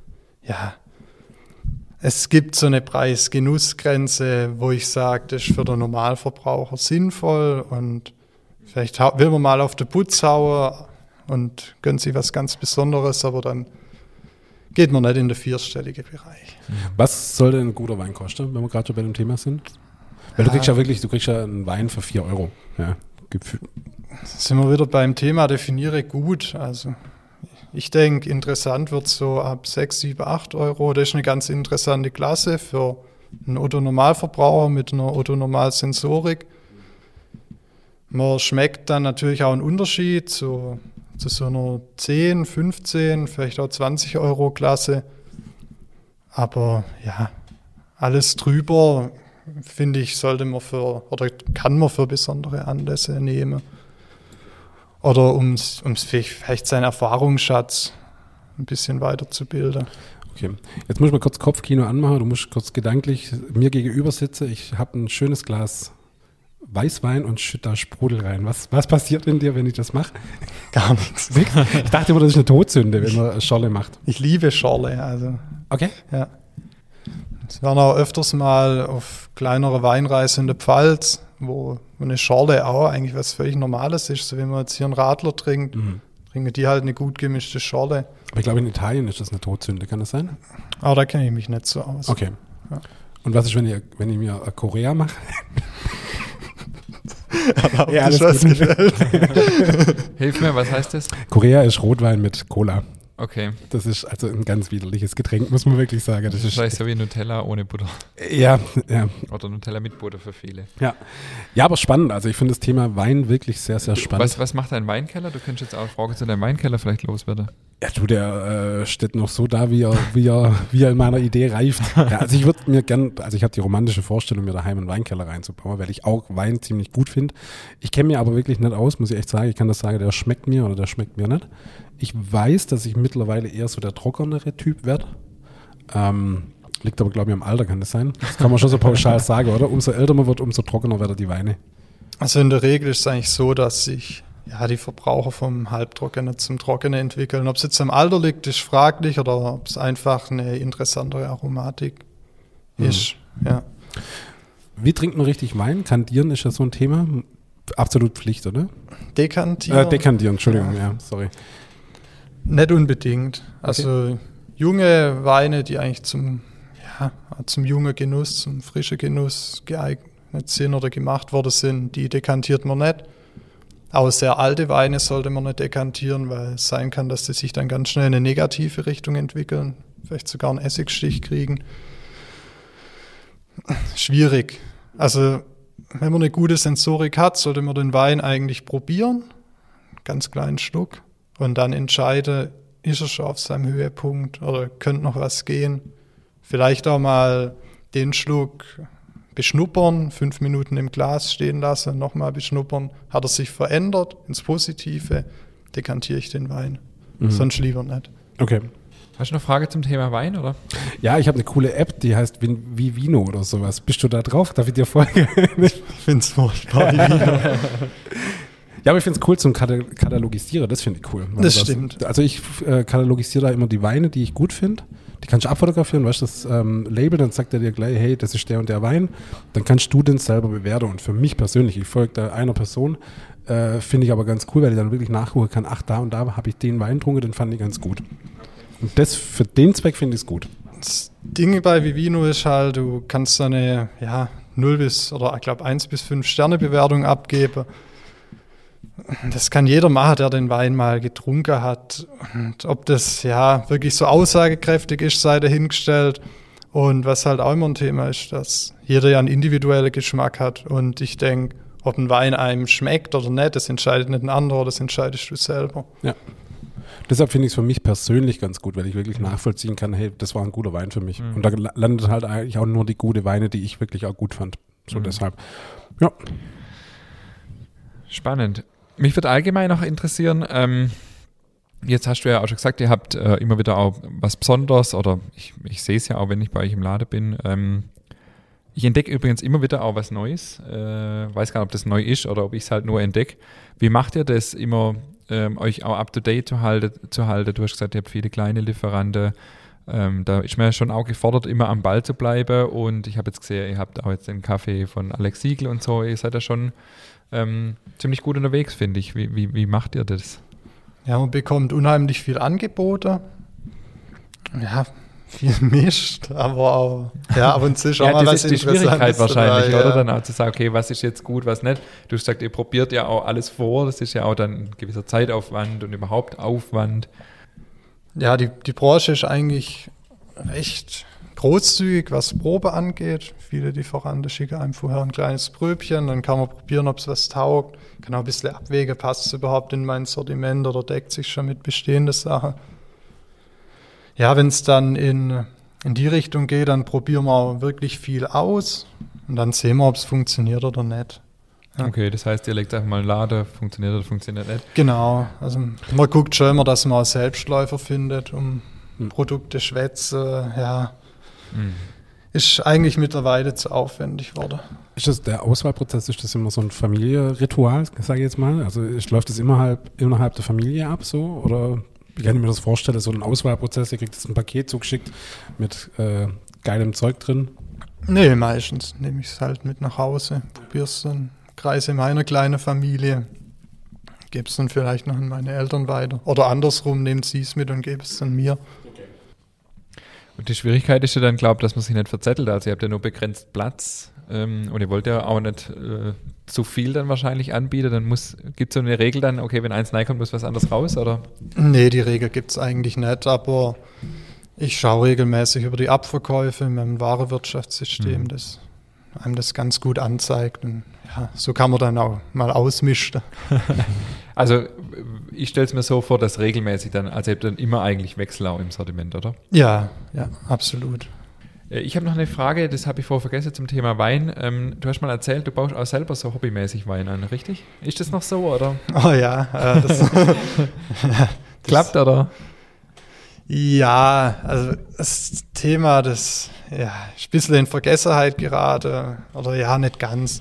es gibt so eine Preis-Genuss-Grenze, wo ich sage, das ist für den Normalverbraucher sinnvoll und vielleicht will man mal auf den Putz hauen und gönnt sich was ganz Besonderes, aber dann geht man nicht in den vierstelligen Bereich. Was soll denn ein guter Wein kosten, wenn wir gerade schon bei dem Thema sind? Weil du kriegst ja einen Wein für 4 Euro. Ja, sind wir wieder beim Thema, definiere gut. Also ich denke, interessant wird so ab 6, 7, 8 Euro. Das ist eine ganz interessante Klasse für einen Otto-Normalverbraucher mit einer Otto-Normal-Sensorik. Man schmeckt dann natürlich auch einen Unterschied zu so einer 10, 15, vielleicht auch 20 Euro Klasse. Aber ja, alles drüber, finde ich, kann man für besondere Anlässe nehmen. Oder um's vielleicht seinen Erfahrungsschatz ein bisschen weiterzubilden. Okay, jetzt muss ich mal kurz Kopfkino anmachen. Du musst kurz gedanklich mir gegenüber sitzen. Ich habe ein schönes Glas Weißwein und schütte da Sprudel rein. Was passiert in dir, wenn ich das mache? Gar nichts. Ich dachte immer, das ist eine Todsünde, wenn man Schorle macht. Ich liebe Schorle. Also. Okay. Ja. Wir waren auch öfters mal auf kleinere Weinreise in der Pfalz, wo eine Schorle auch eigentlich was völlig Normales ist. So wie man jetzt hier einen Radler trinkt, trinken die halt eine gut gemischte Schorle. Aber ich glaube, in Italien ist das eine Todsünde. Kann das sein? Aber da kenne ich mich nicht so aus. Okay. Ja. Und was ist, wenn ich mir Korea mache? Ja, alles was gefällt. Hilf mir, was heißt das? Korea ist Rotwein mit Cola. Okay. Das ist also ein ganz widerliches Getränk, muss man wirklich sagen. Das ist vielleicht so wie Nutella ohne Butter. Ja. Oder Nutella mit Butter für viele. Ja, aber spannend. Also ich finde das Thema Wein wirklich sehr, sehr spannend. Was macht dein Weinkeller? Du könntest jetzt auch Fragen zu deinem Weinkeller vielleicht loswerden. Ja, der steht noch so da, wie er in meiner Idee reift. Ja, also ich würde mir ich habe die romantische Vorstellung, mir daheim einen Weinkeller reinzubauen, weil ich auch Wein ziemlich gut finde. Ich kenne mich aber wirklich nicht aus, muss ich echt sagen. Ich kann das sagen, der schmeckt mir oder der schmeckt mir nicht. Ich weiß, dass ich mittlerweile eher so der trockenere Typ werde. Liegt aber, glaube ich, am Alter, kann das sein? Das kann man schon so pauschal sagen, oder? Umso älter man wird, umso trockener werden die Weine. Also in der Regel ist es eigentlich so, dass sich die Verbraucher vom Halbtrockenen zum Trockenen entwickeln. Ob es jetzt am Alter liegt, ist fraglich, oder ob es einfach eine interessantere Aromatik ist. Ja. Wie trinkt man richtig Wein? Kandieren ist ja so ein Thema. Absolut Pflicht, oder? Dekantieren, Entschuldigung, ja, sorry. Nicht unbedingt. Also junge Weine, die eigentlich zum jungen Genuss, zum frischen Genuss geeignet sind oder gemacht worden sind, die dekantiert man nicht. Auch sehr alte Weine sollte man nicht dekantieren, weil es sein kann, dass die sich dann ganz schnell in eine negative Richtung entwickeln, vielleicht sogar einen Essigstich kriegen. Schwierig. Also wenn man eine gute Sensorik hat, sollte man den Wein eigentlich probieren, einen ganz kleinen Schluck, und dann entscheiden, ist er schon auf seinem Höhepunkt oder könnte noch was gehen. Vielleicht auch mal den Schluck beschnuppern, 5 Minuten im Glas stehen lassen, nochmal beschnuppern. Hat er sich verändert ins Positive, dekantiere ich den Wein. Sonst lieber nicht. Okay. Hast du noch eine Frage zum Thema Wein, oder? Ja, ich habe eine coole App, die heißt Vivino oder sowas. Bist du da drauf? Darf ich dir folgen? Ich finde es furchtbar, Vivino. Ja, aber ich finde es cool zum Katalogisieren, das finde ich cool. Das stimmt. Also ich katalogisiere da immer die Weine, die ich gut finde. Die kannst du abfotografieren, weißt du, das Label, dann sagt er dir gleich, hey, das ist der und der Wein. Dann kannst du den selber bewerten. Und für mich persönlich, ich folge da einer Person, finde ich aber ganz cool, weil ich dann wirklich nachgucken kann, ach, da und da habe ich den Wein getrunken, den fand ich ganz gut. Und das für den Zweck finde ich es gut. Das Ding bei Vivino ist halt, du kannst da eine 0 bis, oder ich glaube 1 bis 5 Sterne Bewertung abgeben. Das kann jeder machen, der den Wein mal getrunken hat. Und ob das wirklich so aussagekräftig ist, sei dahingestellt. Und was halt auch immer ein Thema ist, dass jeder ja einen individuellen Geschmack hat. Und ich denke, ob ein Wein einem schmeckt oder nicht, das entscheidet nicht ein anderer, das entscheidest du selber. Ja. Deshalb finde ich es für mich persönlich ganz gut, weil ich wirklich nachvollziehen kann, hey, das war ein guter Wein für mich. Und da landet halt eigentlich auch nur die gute Weine, die ich wirklich auch gut fand. So deshalb, ja. Spannend. Mich würde allgemein noch interessieren, jetzt hast du ja auch schon gesagt, ihr habt immer wieder auch was Besonderes, oder ich sehe es ja auch, wenn ich bei euch im Laden bin. Ich entdecke übrigens immer wieder auch was Neues. Weiß gar nicht, ob das neu ist oder ob ich es halt nur entdecke. Wie macht ihr das immer, euch auch up-to-date zu halten? Du hast gesagt, ihr habt viele kleine Lieferanten. Da ist man ja schon auch gefordert, immer am Ball zu bleiben. Und ich habe jetzt gesehen, ihr habt auch jetzt den Kaffee von Alex Siegel und so. Ihr seid ja schon ziemlich gut unterwegs, finde ich. Wie macht ihr das? Ja, man bekommt unheimlich viel Angebote. Ja, viel Mist, aber auch, ja, ab und zu schon mal was Interessantes. Das ist die Schwierigkeit wahrscheinlich, dabei, oder? Dann auch zu sagen, okay, was ist jetzt gut, was nicht. Du hast gesagt, ihr probiert ja auch alles vor, das ist ja auch dann ein gewisser Zeitaufwand und überhaupt Aufwand. Ja, die Branche ist eigentlich recht großzügig, was Probe angeht. Viele Lieferanten schicken einem vorher ein kleines Pröbchen, dann kann man probieren, ob es was taugt. Kann auch ein bisschen abwägen, passt es überhaupt in mein Sortiment oder deckt sich schon mit bestehenden Sachen. Ja, wenn es dann in die Richtung geht, dann probieren wir wirklich viel aus und dann sehen wir, ob es funktioniert oder nicht. Ja. Okay, das heißt, ihr legt einfach mal einen Lader, funktioniert oder funktioniert nicht. Genau, also man guckt schon immer, dass man auch Selbstläufer findet, um Produkte schwätzen, ja. Ist eigentlich mittlerweile zu aufwendig geworden. Ist das der Auswahlprozess, ist das immer so ein Familienritual, sage ich jetzt mal? Also läuft das innerhalb der Familie ab so? Oder wie kann ich mir das vorstellen, so ein Auswahlprozess, ihr kriegt jetzt ein Paket zugeschickt mit geilem Zeug drin? Nee, meistens nehme ich es halt mit nach Hause, probiere es dann, Kreise meiner kleinen Familie, gebe es dann vielleicht noch an meine Eltern weiter. Oder andersrum, nehmen sie es mit und gebe es dann mir. Und die Schwierigkeit ist ja dann, glaube ich, dass man sich nicht verzettelt. Also ihr habt ja nur begrenzt Platz und ihr wollt ja auch nicht zu viel dann wahrscheinlich anbieten. Dann gibt es so eine Regel dann, okay, wenn eins reinkommt, muss was anderes raus, oder? Nee, die Regel gibt es eigentlich nicht, aber ich schaue regelmäßig über die Abverkäufe mit einem Warenwirtschaftssystem, das einem das ganz gut anzeigt. Und ja, so kann man dann auch mal ausmischen. Also ich stelle es mir so vor, dass regelmäßig dann, also ihr habt dann immer eigentlich Wechsel auch im Sortiment, oder? Ja, absolut. Ich habe noch eine Frage, das habe ich vorher vergessen zum Thema Wein. Du hast mal erzählt, du baust auch selber so hobbymäßig Wein an, richtig? Ist das noch so, oder? Oh ja, das klappt, oder? Ja, also das Thema, das ist ein bisschen in Vergessenheit gerade, oder ja, nicht ganz.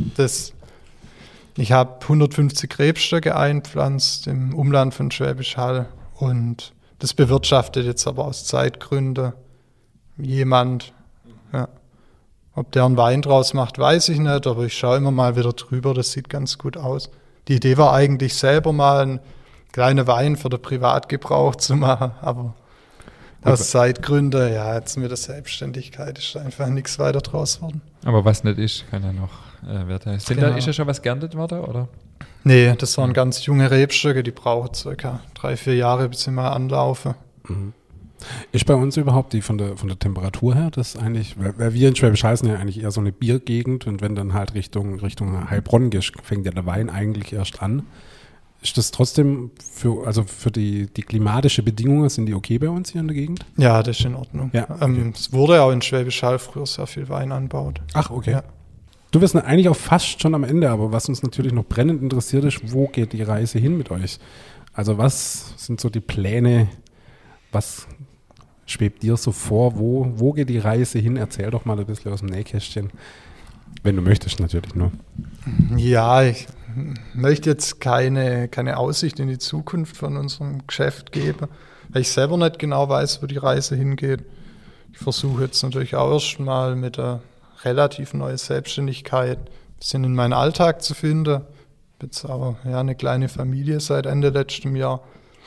Ich habe 150 Rebstöcke einpflanzt im Umland von Schwäbisch Hall und das bewirtschaftet jetzt aber aus Zeitgründen jemand. Ja. Ob der einen Wein draus macht, weiß ich nicht, aber ich schaue immer mal wieder drüber, das sieht ganz gut aus. Die Idee war eigentlich selber mal einen kleinen Wein für den Privatgebrauch zu machen, aber aus Zeitgründen, jetzt mit der Selbstständigkeit ist einfach nichts weiter draus geworden. Aber was nicht ist, kann ja noch werden. Ist ja schon was geerntet worden, oder? Nee, das waren ganz junge Rebstöcke, die brauchen ca. 3-4 Jahre, bis sie mal anlaufen. Mhm. Ist bei uns überhaupt die von der Temperatur her, das eigentlich, weil wir in Schwäbisch Hall sind ja eigentlich eher so eine Biergegend und wenn dann halt Richtung Heilbronn geht, fängt ja der Wein eigentlich erst an. Ist das trotzdem für die klimatische Bedingungen, sind die okay bei uns hier in der Gegend? Ja, das ist in Ordnung. Ja, okay. Es wurde ja auch in Schwäbisch Hall früher sehr viel Wein angebaut. Ach, okay. Ja. Du bist eigentlich auch fast schon am Ende, aber was uns natürlich noch brennend interessiert ist, wo geht die Reise hin mit euch? Also was sind so die Pläne, was schwebt dir so vor, wo geht die Reise hin? Erzähl doch mal ein bisschen aus dem Nähkästchen, wenn du möchtest natürlich nur. Ja, ich möchte jetzt keine Aussicht in die Zukunft von unserem Geschäft geben, weil ich selber nicht genau weiß, wo die Reise hingeht. Ich versuche jetzt natürlich auch erstmal mit der relativ neuen Selbstständigkeit ein bisschen in meinen Alltag zu finden. Jetzt aber eine kleine Familie seit Ende letztem Jahr,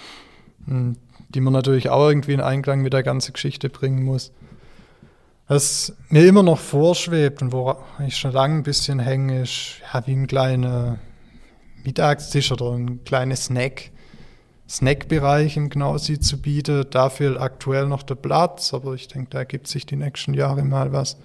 die man natürlich auch irgendwie in Einklang mit der ganzen Geschichte bringen muss. Was mir immer noch vorschwebt und wo ich schon lange ein bisschen hänge, ist wie ein kleiner Mittagstisch oder ein kleines Snackbereich im Gnossi zu bieten. Da fehlt aktuell noch der Platz, aber ich denke, da ergibt sich die nächsten Jahre mal was.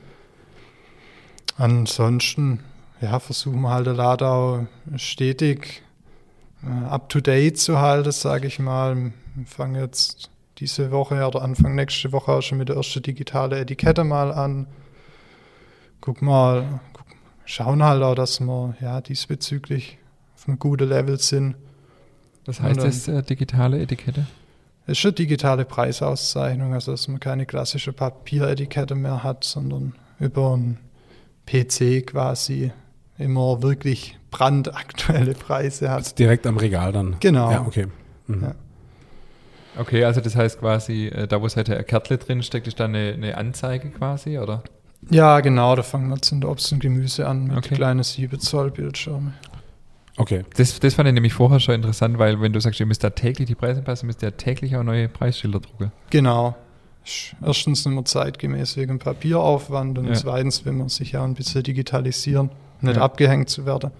Ansonsten versuchen wir halt den Laden auch stetig up-to-date zu halten, sage ich mal. Wir fangen jetzt diese Woche oder Anfang nächste Woche auch schon mit der ersten digitalen Etikette mal an. Schauen halt auch, dass wir diesbezüglich auf einem guten Level sind. Was heißt das, digitale Etikette? Es ist eine digitale Preisauszeichnung, also dass man keine klassische Papieretikette mehr hat, sondern über einen PC quasi immer wirklich brandaktuelle Preise hat. Also direkt am Regal dann? Genau. Ja, okay. Mhm. Ja. Okay, also das heißt quasi, da wo es halt ein Kärtle drin steckt, ist da eine Anzeige quasi, oder? Ja, genau, da fangen wir jetzt in der Obst und Gemüse an mit kleinen 7 Zoll Bildschirmen. Okay. Das fand ich nämlich vorher schon interessant, weil wenn du sagst, ihr müsst da täglich die Preise anpassen, müsst ihr täglich auch neue Preisschilder drucken. Genau. Erstens nicht mehr zeitgemäß wegen Papieraufwand und Ja. zweitens will man sich ja ein bisschen digitalisieren, nicht Ja. abgehängt zu werden.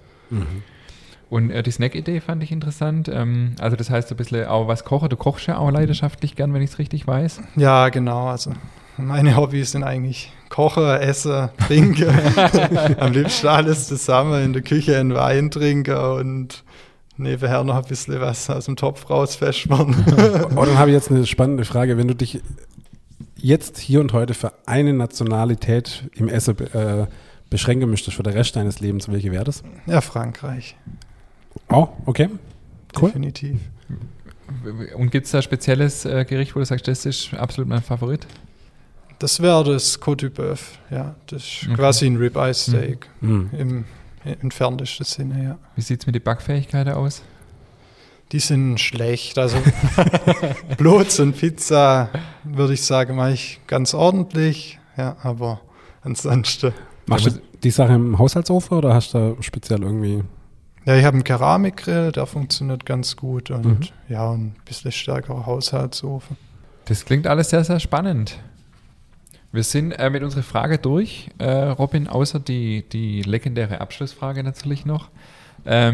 Und die Snack-Idee fand ich interessant. Also das heißt, ein bisschen auch was kochen. Du kochst ja auch leidenschaftlich gern, wenn ich es richtig weiß. Ja, genau. Also meine Hobbys sind eigentlich Kochen, Essen, Trinken. Am liebsten alles zusammen in der Küche einen Wein trinken und nebenher noch ein bisschen was aus dem Topf rausfäschern. Oh, dann habe ich jetzt eine spannende Frage. Wenn du dich jetzt hier und heute für eine Nationalität im Essen beschränken müsstest für den Rest deines Lebens, welche wäre das? Ja, Frankreich. Oh, okay. Cool. Definitiv. Und gibt es da ein spezielles Gericht, wo du sagst, das ist absolut mein Favorit? Das wäre das Côte du Bœuf. Ja, das ist Okay. quasi ein Ribeye Steak Mhm. im entferntesten Sinne, ja. Wie sieht es mit den Backfähigkeiten aus? Die sind schlecht. Also Blots und Pizza, würde ich sagen, mache ich ganz ordentlich. Ja, aber ansonsten. Machst du die Sache im Haushaltsofen oder hast du da speziell irgendwie... Ja, ich habe einen Keramikgrill, der funktioniert ganz gut. Und ja, ein bisschen stärkerer Haushaltsofen. Das klingt alles sehr, sehr spannend. Wir sind mit unserer Frage durch, Robin, außer die legendäre Abschlussfrage natürlich noch. Das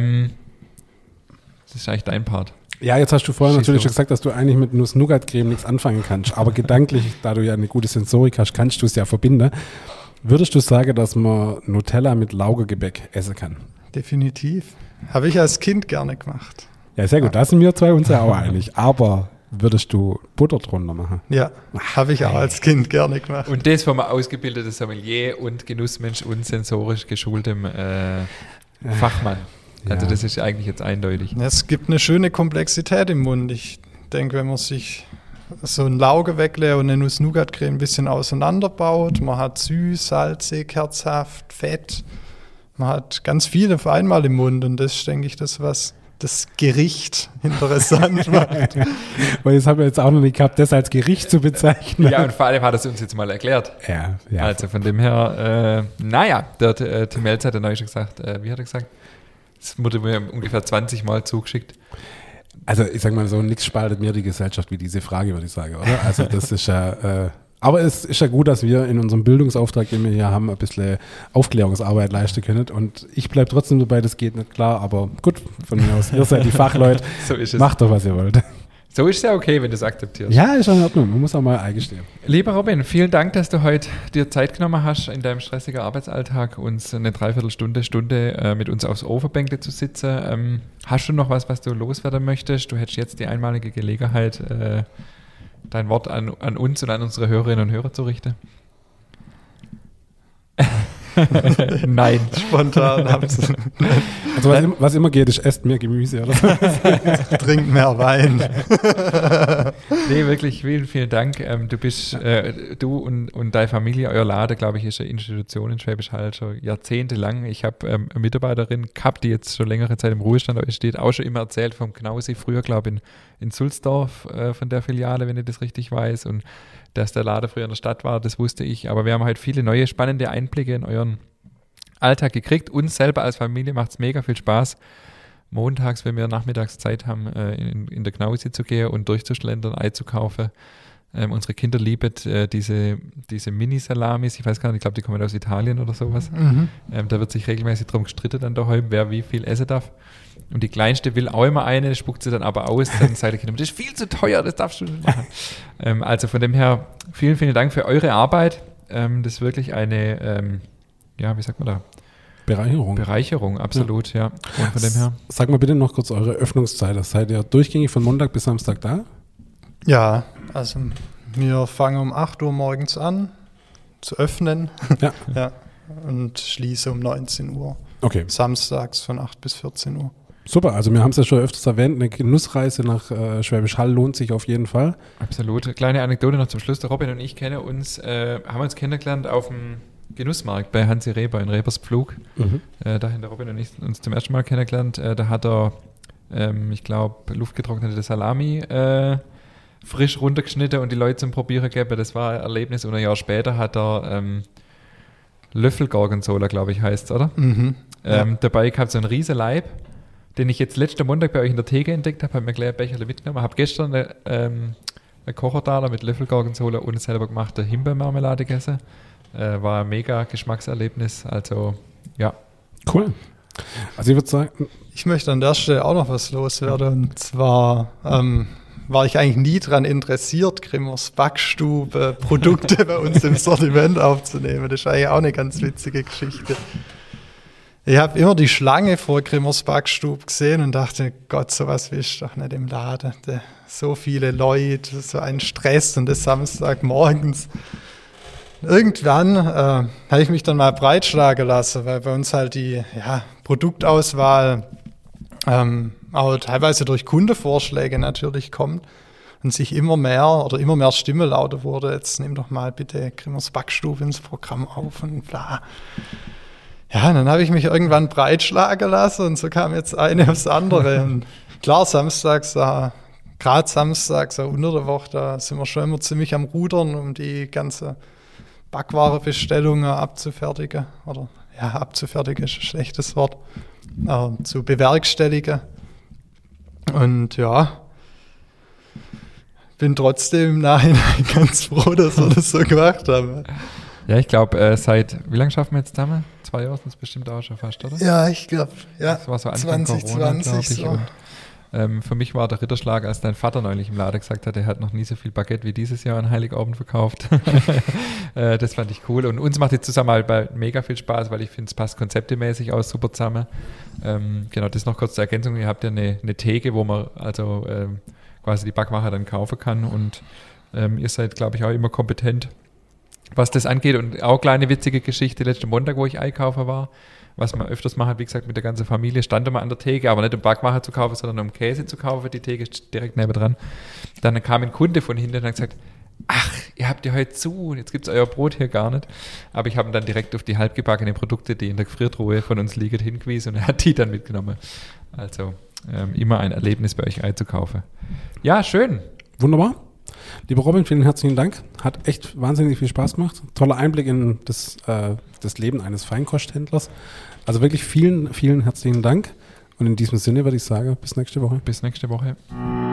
ist eigentlich dein Part. Ja, jetzt hast du vorher Schieß natürlich schon los. gesagt, dass du eigentlich mit Nuss-Nougat-Creme nichts anfangen kannst. Aber gedanklich, da du ja eine gute Sensorik hast, kannst du es ja verbinden. Würdest du sagen, dass man Nutella mit Laugengebäck essen kann? Definitiv. Habe ich als Kind gerne gemacht. Ja, sehr gut. Da sind wir zwei uns ja auch einig. Aber würdest du Butter drunter machen? Ja, habe ich auch als Kind gerne gemacht. Und das vom ausgebildeten Sommelier und Genussmensch und sensorisch geschultem Fachmann. Also Ja. das ist eigentlich jetzt eindeutig. Es gibt eine schöne Komplexität im Mund. Ich denke, wenn man sich so ein Laugengebäckle und eine Nuss-Nougat-Creme ein bisschen auseinanderbaut, man hat süß, salzig, herzhaft, fett, man hat ganz viel auf einmal im Mund und das ist, denke ich, das, was das Gericht interessant macht. Weil das haben wir jetzt auch noch nicht gehabt, das als Gericht zu bezeichnen. Ja, und vor allem hat er es uns jetzt mal erklärt. ja. Also von dem her, naja, der Tim Melzer hat ja neulich schon gesagt, wie hat er gesagt? Das wurde mir ungefähr 20 Mal zugeschickt. Also ich sag mal so, nichts spaltet mir die Gesellschaft wie diese Frage, würde ich sagen, oder? Also das ist ja, aber es ist ja gut, dass wir in unserem Bildungsauftrag, den wir hier haben, ein bisschen Aufklärungsarbeit leisten können. Und ich bleibe trotzdem dabei, das geht nicht klar, aber gut, von mir aus, ihr seid die Fachleute, So ist es. macht doch, was ihr wollt. So ist es ja okay, wenn du es akzeptierst. Ja, ist schon in Ordnung, man muss auch mal eingestehen. Lieber Robin, vielen Dank, dass du heute dir Zeit genommen hast, in deinem stressigen Arbeitsalltag uns eine Dreiviertelstunde mit uns aufs Ofenbänkle zu sitzen. Hast du noch was du loswerden möchtest? Du hättest jetzt die einmalige Gelegenheit, dein Wort an uns und an unsere Hörerinnen und Hörer zu richten. Nein. Spontan hab's. Also was immer geht, ist esst mehr Gemüse oder so. Trink mehr Wein. Nee, wirklich vielen, vielen Dank. Du bist, du und deine Familie, euer Laden, glaube ich, ist eine Institution in Schwäbisch Hall schon jahrzehntelang. Ich habe eine Mitarbeiterin gehabt, die jetzt schon längere Zeit im Ruhestand steht, auch schon immer erzählt vom Knausi, früher, glaube ich, in Sulzdorf von der Filiale, wenn ich das richtig weiß. Und dass der Laden früher in der Stadt war, das wusste ich. Aber wir haben halt viele neue, spannende Einblicke in euren Alltag gekriegt. Uns selber als Familie macht es mega viel Spaß, montags, wenn wir nachmittags Zeit haben, in der Knausi zu gehen und durchzuschlendern, Ei zu kaufen. Unsere Kinder lieben diese Mini-Salamis. Ich weiß gar nicht, ich glaube, die kommen aus Italien oder sowas. Da wird sich regelmäßig drum gestritten dann daheim, wer wie viel essen darf. Und die Kleinste will auch immer eine, spuckt sie dann aber aus. Dann sagt die Kinder, das ist viel zu teuer, das darfst du nicht machen. Also von dem her, vielen, vielen Dank für eure Arbeit. Das ist wirklich eine, wie sagt man da? Bereicherung, absolut, ja. Und von dem her. Sag mal bitte noch kurz eure Öffnungszeit. Seid ihr durchgängig von Montag bis Samstag da? Ja, also wir fangen um 8 Uhr morgens an zu öffnen. Ja. Und schließen um 19 Uhr. Okay. Samstags von 8 bis 14 Uhr. Super, also wir haben es ja schon öfters erwähnt, eine Genussreise nach Schwäbisch Hall lohnt sich auf jeden Fall. Absolut. Kleine Anekdote noch zum Schluss. Der Robin und ich haben uns kennengelernt auf dem Genussmarkt bei Hansi Reber in Reberspflug. Da haben der Robin und ich uns zum ersten Mal kennengelernt. Da hat er, ich glaube, luftgetrocknete Salami frisch runtergeschnitten und die Leute zum Probieren gegeben. Das war ein Erlebnis. Und ein Jahr später hat er Löffel Gorgonzola, glaube ich, heißt es, oder? Ja. Dabei gab es so einen riesen Leib. den ich jetzt letzten Montag bei euch in der Theke entdeckt habe mir gleich ein Becherle mitgenommen. Habe gestern eine Kocherdaler mit Löffelgorgonzola und selber gemachte Himbeermarmelade gegessen. War ein mega Geschmackserlebnis. Also, ja. Cool. Also ich würde sagen... Ich möchte an der Stelle auch noch was loswerden. Und zwar war ich eigentlich nie daran interessiert, Grimmers Backstube Produkte bei uns im Sortiment aufzunehmen. Das ist eigentlich auch eine ganz witzige Geschichte. Ich habe immer die Schlange vor Grimmers Backstube gesehen und dachte, Gott, sowas willst du doch nicht im Laden. So viele Leute, so ein Stress und das Samstagmorgens. Irgendwann habe ich mich dann mal breitschlagen lassen, weil bei uns halt die Produktauswahl auch teilweise durch Kundenvorschläge natürlich kommt und sich immer mehr Stimme lauter wurde. Jetzt nimm doch mal bitte Grimmers Backstube ins Programm auf und bla. Ja, dann habe ich mich irgendwann breitschlagen lassen und so kam jetzt eine aufs andere. Und klar, gerade samstags, unter der Woche, da sind wir schon immer ziemlich am Rudern, um die ganze Backwarenbestellungen abzufertigen. Abzufertigen ist ein schlechtes Wort. Zu bewerkstelligen. Und ja, bin trotzdem im Nachhinein ganz froh, dass wir das so gemacht haben. Ja, ich glaube, wie lange schaffen wir jetzt zusammen? 2 Jahre sind es bestimmt auch schon fast, oder? Ja, ich glaube, Das war so Anfang 2020 Corona, so. Und, für mich war der Ritterschlag, als dein Vater neulich im Laden gesagt hat, er hat noch nie so viel Baguette wie dieses Jahr an Heiligabend verkauft. Das fand ich cool. Und uns macht die Zusammenarbeit mega viel Spaß, weil ich finde, es passt konzeptemäßig auch super zusammen. Genau, das noch kurz zur Ergänzung. Ihr habt ja eine Theke, wo man also quasi die Backware dann kaufen kann. Und ihr seid, glaube ich, auch immer kompetent, was das angeht. Und auch kleine witzige Geschichte, letzten Montag, wo ich einkaufen war, was man öfters macht, wie gesagt, mit der ganzen Familie, stand man an der Theke, aber nicht um Backware zu kaufen, sondern um Käse zu kaufen. Die Theke ist direkt nebendran. Dann kam ein Kunde von hinten und hat gesagt, ach, ihr habt ja heute zu, jetzt gibt es euer Brot hier gar nicht. Aber ich habe ihn dann direkt auf die halbgebackenen Produkte, die in der Gefriertruhe von uns liegen, hingewiesen und er hat die dann mitgenommen. Also immer ein Erlebnis bei euch einzukaufen. Ja, schön. Wunderbar. Lieber Robin, vielen herzlichen Dank. Hat echt wahnsinnig viel Spaß gemacht. Toller Einblick in das Leben eines Feinkosthändlers. Also wirklich vielen, vielen herzlichen Dank. Und in diesem Sinne würde ich sagen, bis nächste Woche. Bis nächste Woche.